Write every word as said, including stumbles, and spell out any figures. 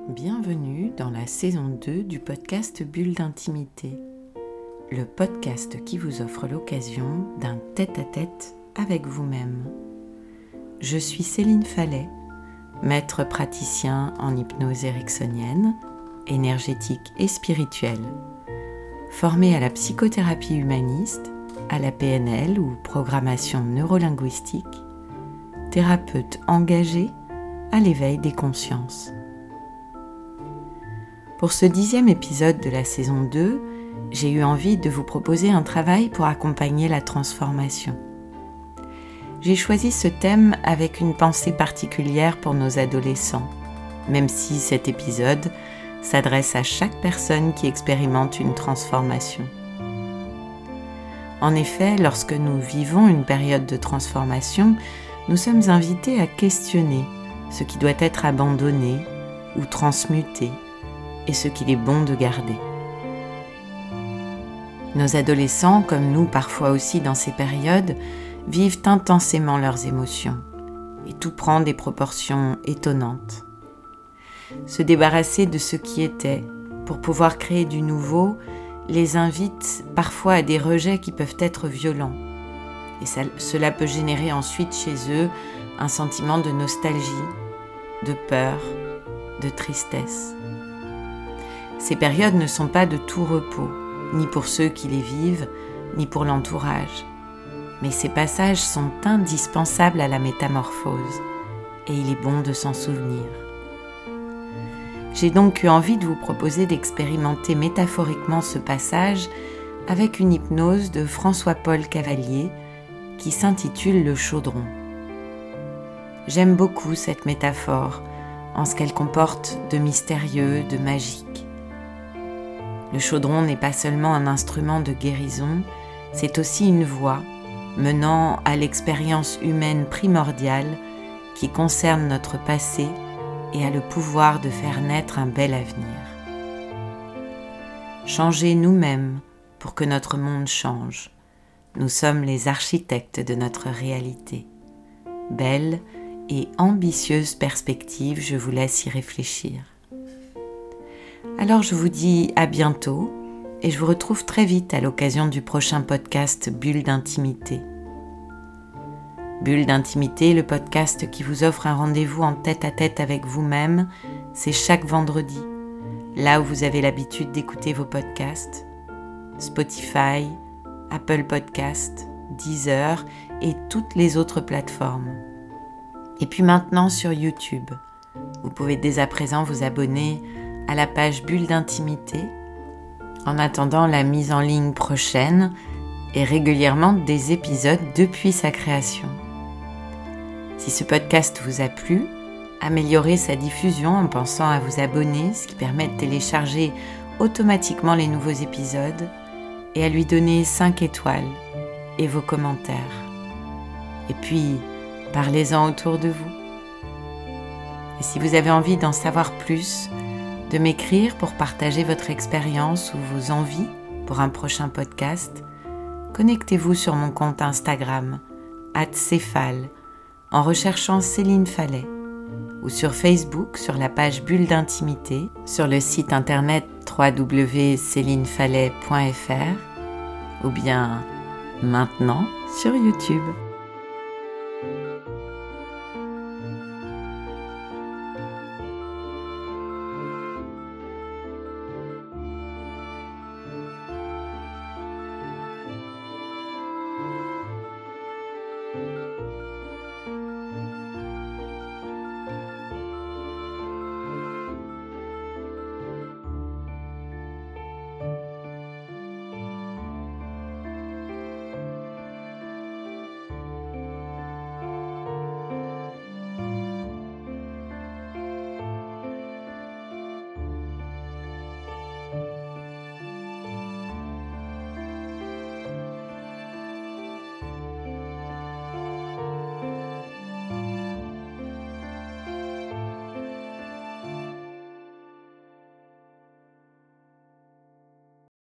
Bienvenue dans la saison deux du podcast Bulle d'intimité, le podcast qui vous offre l'occasion d'un tête-à-tête avec vous-même. Je suis Céline Fallet, maître praticien en hypnose ericksonienne, énergétique et spirituelle, formée à la psychothérapie humaniste, à la P N L ou programmation neurolinguistique, thérapeute engagée à l'éveil des consciences. Pour ce dixième épisode de la saison deux, j'ai eu envie de vous proposer un travail pour accompagner la transformation. J'ai choisi ce thème avec une pensée particulière pour nos adolescents, même si cet épisode s'adresse à chaque personne qui expérimente une transformation. En effet, lorsque nous vivons une période de transformation, nous sommes invités à questionner ce qui doit être abandonné ou transmuté, et ce qu'il est bon de garder. Nos adolescents, comme nous parfois aussi dans ces périodes, vivent intensément leurs émotions et tout prend des proportions étonnantes. Se débarrasser de ce qui était pour pouvoir créer du nouveau les invite parfois à des rejets qui peuvent être violents et ça, cela peut générer ensuite chez eux un sentiment de nostalgie, de peur, de tristesse. Ces périodes ne sont pas de tout repos, ni pour ceux qui les vivent, ni pour l'entourage. Mais ces passages sont indispensables à la métamorphose, et il est bon de s'en souvenir. J'ai donc eu envie de vous proposer d'expérimenter métaphoriquement ce passage avec une hypnose de François-Paul Cavalier qui s'intitule « Le chaudron ». J'aime beaucoup cette métaphore en ce qu'elle comporte de mystérieux, de magique. Le chaudron n'est pas seulement un instrument de guérison, c'est aussi une voie menant à l'expérience humaine primordiale qui concerne notre passé et a le pouvoir de faire naître un bel avenir. Changer nous-mêmes pour que notre monde change. Nous sommes les architectes de notre réalité. Belle et ambitieuse perspective, je vous laisse y réfléchir. Alors je vous dis à bientôt et je vous retrouve très vite à l'occasion du prochain podcast Bulle d'intimité. Bulle d'intimité, le podcast qui vous offre un rendez-vous en tête-à-tête avec vous-même, c'est chaque vendredi, là où vous avez l'habitude d'écouter vos podcasts, Spotify, Apple Podcasts, Deezer et toutes les autres plateformes. Et puis maintenant sur YouTube, vous pouvez dès à présent vous abonner à la page Bulle d'intimité, en attendant la mise en ligne prochaine et régulièrement des épisodes depuis sa création. Si ce podcast vous a plu, améliorez sa diffusion en pensant à vous abonner, ce qui permet de télécharger automatiquement les nouveaux épisodes, et à lui donner cinq étoiles et vos commentaires. Et puis, parlez-en autour de vous. Et si vous avez envie d'en savoir plus, de m'écrire pour partager votre expérience ou vos envies pour un prochain podcast, connectez-vous sur mon compte Instagram, arobase cefal, en recherchant Céline Fallet, ou sur Facebook sur la page Bulle d'intimité, sur le site internet w w w point céline fallet point f r, ou bien maintenant sur YouTube.